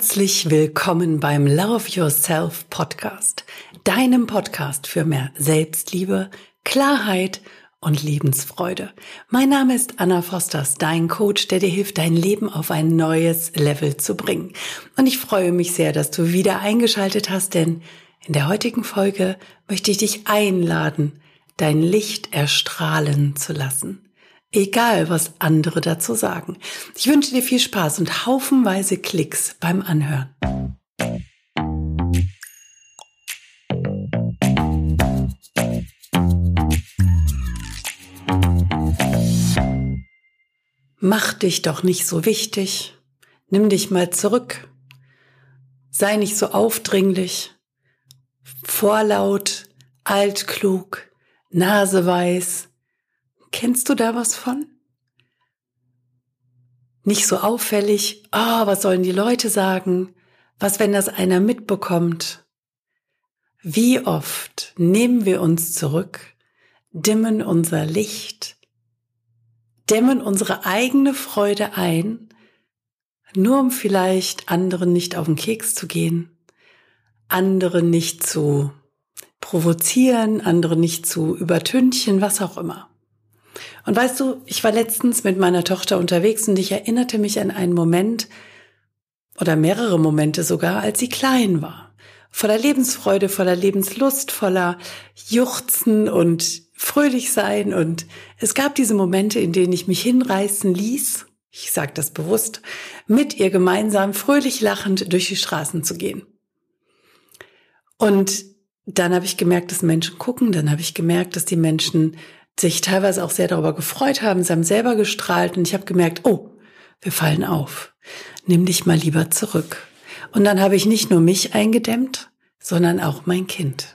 Herzlich willkommen beim Love Yourself Podcast, deinem Podcast für mehr Selbstliebe, Klarheit und Lebensfreude. Mein Name ist Anna Fosters, dein Coach, der dir hilft, dein Leben auf ein neues Level zu bringen. Und ich freue mich sehr, dass du wieder eingeschaltet hast, denn in der heutigen Folge möchte ich dich einladen, dein Licht erstrahlen zu lassen. Egal, was andere dazu sagen. Ich wünsche dir viel Spaß und haufenweise Klicks beim Anhören. Mach dich doch nicht so wichtig. Nimm dich mal zurück. Sei nicht so aufdringlich, vorlaut, altklug, naseweiß. Kennst du da was von? Nicht so auffällig, was sollen die Leute sagen? Was, wenn das einer mitbekommt? Wie oft nehmen wir uns zurück, dimmen unser Licht, dämmen unsere eigene Freude ein, nur um vielleicht anderen nicht auf den Keks zu gehen, andere nicht zu provozieren, andere nicht zu übertünchen, was auch immer. Und weißt du, ich war letztens mit meiner Tochter unterwegs und ich erinnerte mich an einen Moment oder mehrere Momente sogar, als sie klein war. Voller Lebensfreude, voller Lebenslust, voller Juchzen und fröhlich sein. Und es gab diese Momente, in denen ich mich hinreißen ließ, ich sage das bewusst, mit ihr gemeinsam fröhlich lachend durch die Straßen zu gehen. Und dann habe ich gemerkt, dass Menschen gucken, dann habe ich gemerkt, dass die Menschen sich teilweise auch sehr darüber gefreut haben, sie haben selber gestrahlt und ich habe gemerkt, wir fallen auf, nimm dich mal lieber zurück. Und dann habe ich nicht nur mich eingedämmt, sondern auch mein Kind.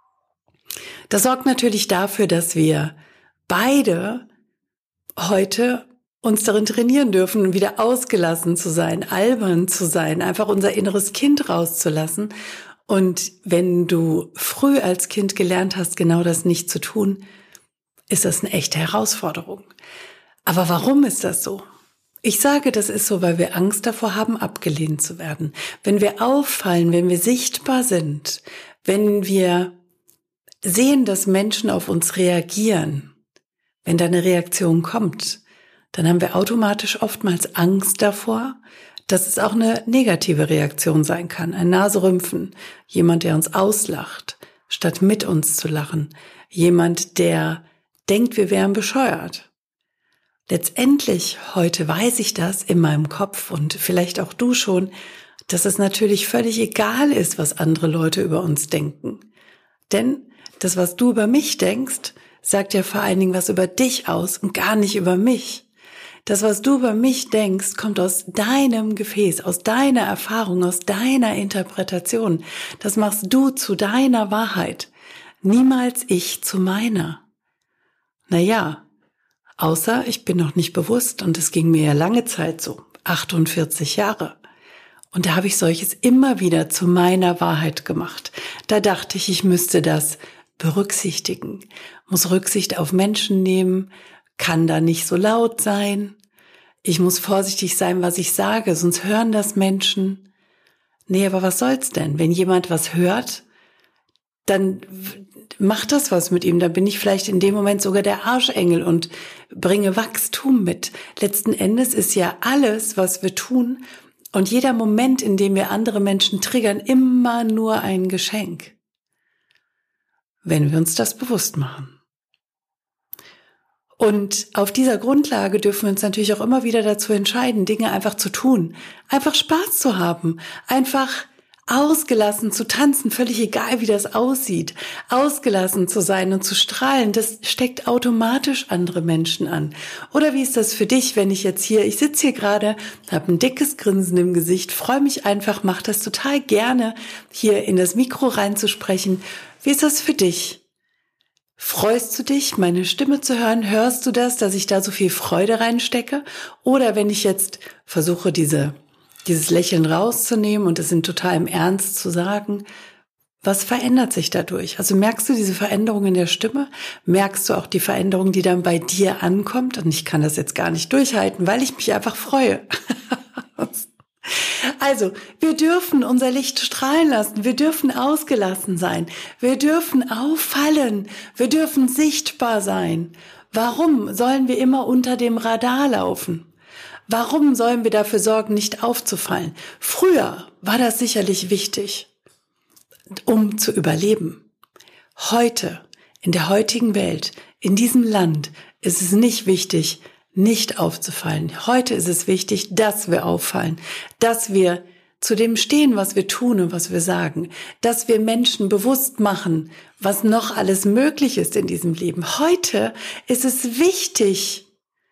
Das sorgt natürlich dafür, dass wir beide heute uns darin trainieren dürfen, wieder ausgelassen zu sein, albern zu sein, einfach unser inneres Kind rauszulassen. Und wenn du früh als Kind gelernt hast, genau das nicht zu tun, ist das eine echte Herausforderung. Aber warum ist das so? Ich sage, das ist so, weil wir Angst davor haben, abgelehnt zu werden. Wenn wir auffallen, wenn wir sichtbar sind, wenn wir sehen, dass Menschen auf uns reagieren, wenn da eine Reaktion kommt, dann haben wir automatisch oftmals Angst davor, dass es auch eine negative Reaktion sein kann. Ein Naserümpfen, jemand, der uns auslacht, statt mit uns zu lachen, jemand, der denkt, wir wären bescheuert. Letztendlich, heute weiß ich das in meinem Kopf und vielleicht auch du schon, dass es natürlich völlig egal ist, was andere Leute über uns denken. Denn das, was du über mich denkst, sagt ja vor allen Dingen was über dich aus und gar nicht über mich. Das, was du über mich denkst, kommt aus deinem Gefäß, aus deiner Erfahrung, aus deiner Interpretation. Das machst du zu deiner Wahrheit. Niemals ich zu meiner. Naja, außer ich bin noch nicht bewusst und es ging mir ja lange Zeit so, 48 Jahre. Und da habe ich solches immer wieder zu meiner Wahrheit gemacht. Da dachte ich müsste das berücksichtigen, muss Rücksicht auf Menschen nehmen, kann da nicht so laut sein. Ich muss vorsichtig sein, was ich sage, sonst hören das Menschen. Nee, aber was soll's denn? Wenn jemand was hört, dann macht das was mit ihm. Dann bin ich vielleicht in dem Moment sogar der Arschengel und bringe Wachstum mit. Letzten Endes ist ja alles, was wir tun und jeder Moment, in dem wir andere Menschen triggern, immer nur ein Geschenk. Wenn wir uns das bewusst machen. Und auf dieser Grundlage dürfen wir uns natürlich auch immer wieder dazu entscheiden, Dinge einfach zu tun, einfach Spaß zu haben, einfach ausgelassen zu tanzen, völlig egal, wie das aussieht, ausgelassen zu sein und zu strahlen, das steckt automatisch andere Menschen an. Oder wie ist das für dich, wenn ich sitze hier gerade, habe ein dickes Grinsen im Gesicht, freue mich einfach, mache das total gerne, hier in das Mikro reinzusprechen. Wie ist das für dich? Freust du dich, meine Stimme zu hören? Hörst du das, dass ich da so viel Freude reinstecke? Oder wenn ich jetzt versuche, dieses Lächeln rauszunehmen und es in totalem Ernst zu sagen, was verändert sich dadurch? Also merkst du diese Veränderung in der Stimme? Merkst du auch die Veränderung, die dann bei dir ankommt? Und ich kann das jetzt gar nicht durchhalten, weil ich mich einfach freue. Also, wir dürfen unser Licht strahlen lassen, wir dürfen ausgelassen sein, wir dürfen auffallen, wir dürfen sichtbar sein. Warum sollen wir immer unter dem Radar laufen? Warum sollen wir dafür sorgen, nicht aufzufallen? Früher war das sicherlich wichtig, um zu überleben. Heute, in der heutigen Welt, in diesem Land, ist es nicht wichtig, nicht aufzufallen. Heute ist es wichtig, dass wir auffallen, dass wir zu dem stehen, was wir tun und was wir sagen, dass wir Menschen bewusst machen, was noch alles möglich ist in diesem Leben. Heute ist es wichtig,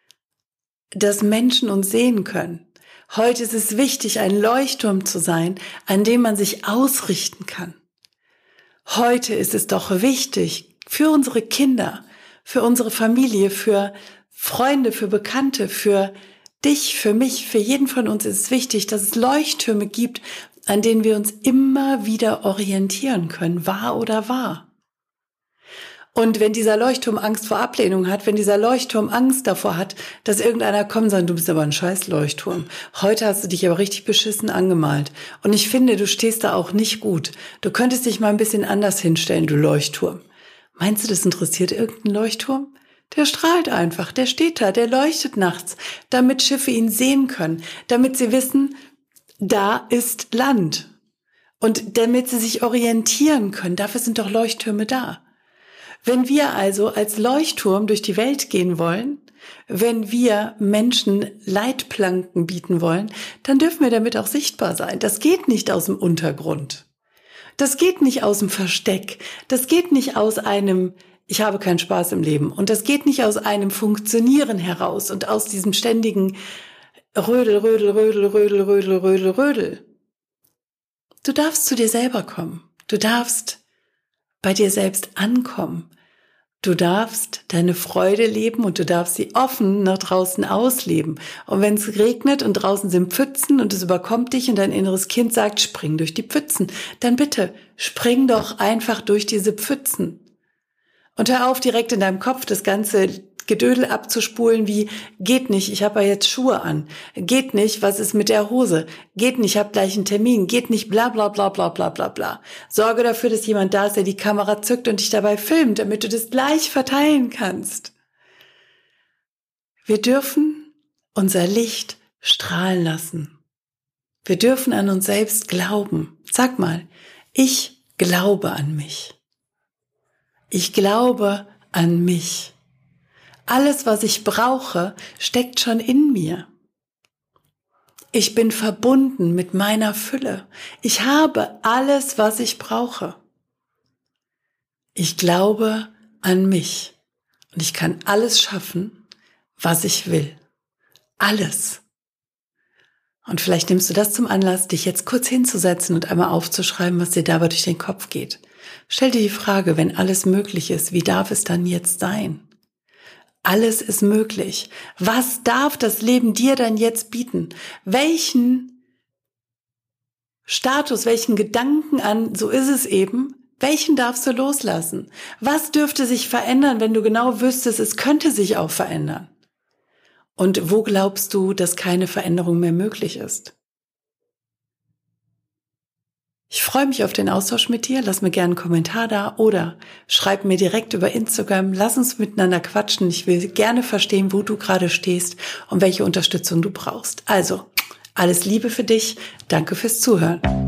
dass Menschen uns sehen können. Heute ist es wichtig, ein Leuchtturm zu sein, an dem man sich ausrichten kann. Heute ist es doch wichtig, für unsere Kinder, für unsere Familie, für Freunde, für Bekannte, für dich, für mich, für jeden von uns ist es wichtig, dass es Leuchttürme gibt, an denen wir uns immer wieder orientieren können, wahr oder wahr. Und wenn dieser Leuchtturm Angst vor Ablehnung hat, wenn dieser Leuchtturm Angst davor hat, dass irgendeiner kommt und sagt, du bist aber ein scheiß Leuchtturm. Heute hast du dich aber richtig beschissen angemalt. Und ich finde, du stehst da auch nicht gut. Du könntest dich mal ein bisschen anders hinstellen, du Leuchtturm. Meinst du, das interessiert irgendeinen Leuchtturm? Der strahlt einfach, der steht da, der leuchtet nachts, damit Schiffe ihn sehen können, damit sie wissen, da ist Land. Und damit sie sich orientieren können, dafür sind doch Leuchttürme da. Wenn wir also als Leuchtturm durch die Welt gehen wollen, wenn wir Menschen Leitplanken bieten wollen, dann dürfen wir damit auch sichtbar sein. Das geht nicht aus dem Untergrund. Das geht nicht aus dem Versteck. Das geht nicht aus einem, ich habe keinen Spaß im Leben. Und das geht nicht aus einem Funktionieren heraus und aus diesem ständigen Rödel, Rödel, Rödel, Rödel, Rödel, Rödel, Rödel. Du darfst zu dir selber kommen. Du darfst bei dir selbst ankommen. Du darfst deine Freude leben und du darfst sie offen nach draußen ausleben. Und wenn es regnet und draußen sind Pfützen und es überkommt dich und dein inneres Kind sagt, spring durch die Pfützen, dann bitte, spring doch einfach durch diese Pfützen. Und hör auf, direkt in deinem Kopf das ganze Gedödel abzuspulen wie, geht nicht, ich habe ja jetzt Schuhe an, geht nicht, was ist mit der Hose, geht nicht, ich habe gleich einen Termin, geht nicht, bla bla bla bla bla bla bla. Sorge dafür, dass jemand da ist, der die Kamera zückt und dich dabei filmt, damit du das gleich verteilen kannst. Wir dürfen unser Licht strahlen lassen. Wir dürfen an uns selbst glauben. Sag mal, ich glaube an mich. Ich glaube an mich. Alles, was ich brauche, steckt schon in mir. Ich bin verbunden mit meiner Fülle. Ich habe alles, was ich brauche. Ich glaube an mich und ich kann alles schaffen, was ich will. Alles. Und vielleicht nimmst du das zum Anlass, dich jetzt kurz hinzusetzen und einmal aufzuschreiben, was dir dabei durch den Kopf geht. Stell dir die Frage, wenn alles möglich ist, wie darf es dann jetzt sein? Alles ist möglich. Was darf das Leben dir dann jetzt bieten? Welchen Status, welchen Gedanken an, so ist es eben, welchen darfst du loslassen? Was dürfte sich verändern, wenn du genau wüsstest, es könnte sich auch verändern? Und wo glaubst du, dass keine Veränderung mehr möglich ist? Ich freue mich auf den Austausch mit dir. Lass mir gerne einen Kommentar da oder schreib mir direkt über Instagram. Lass uns miteinander quatschen. Ich will gerne verstehen, wo du gerade stehst und welche Unterstützung du brauchst. Also, alles Liebe für dich. Danke fürs Zuhören.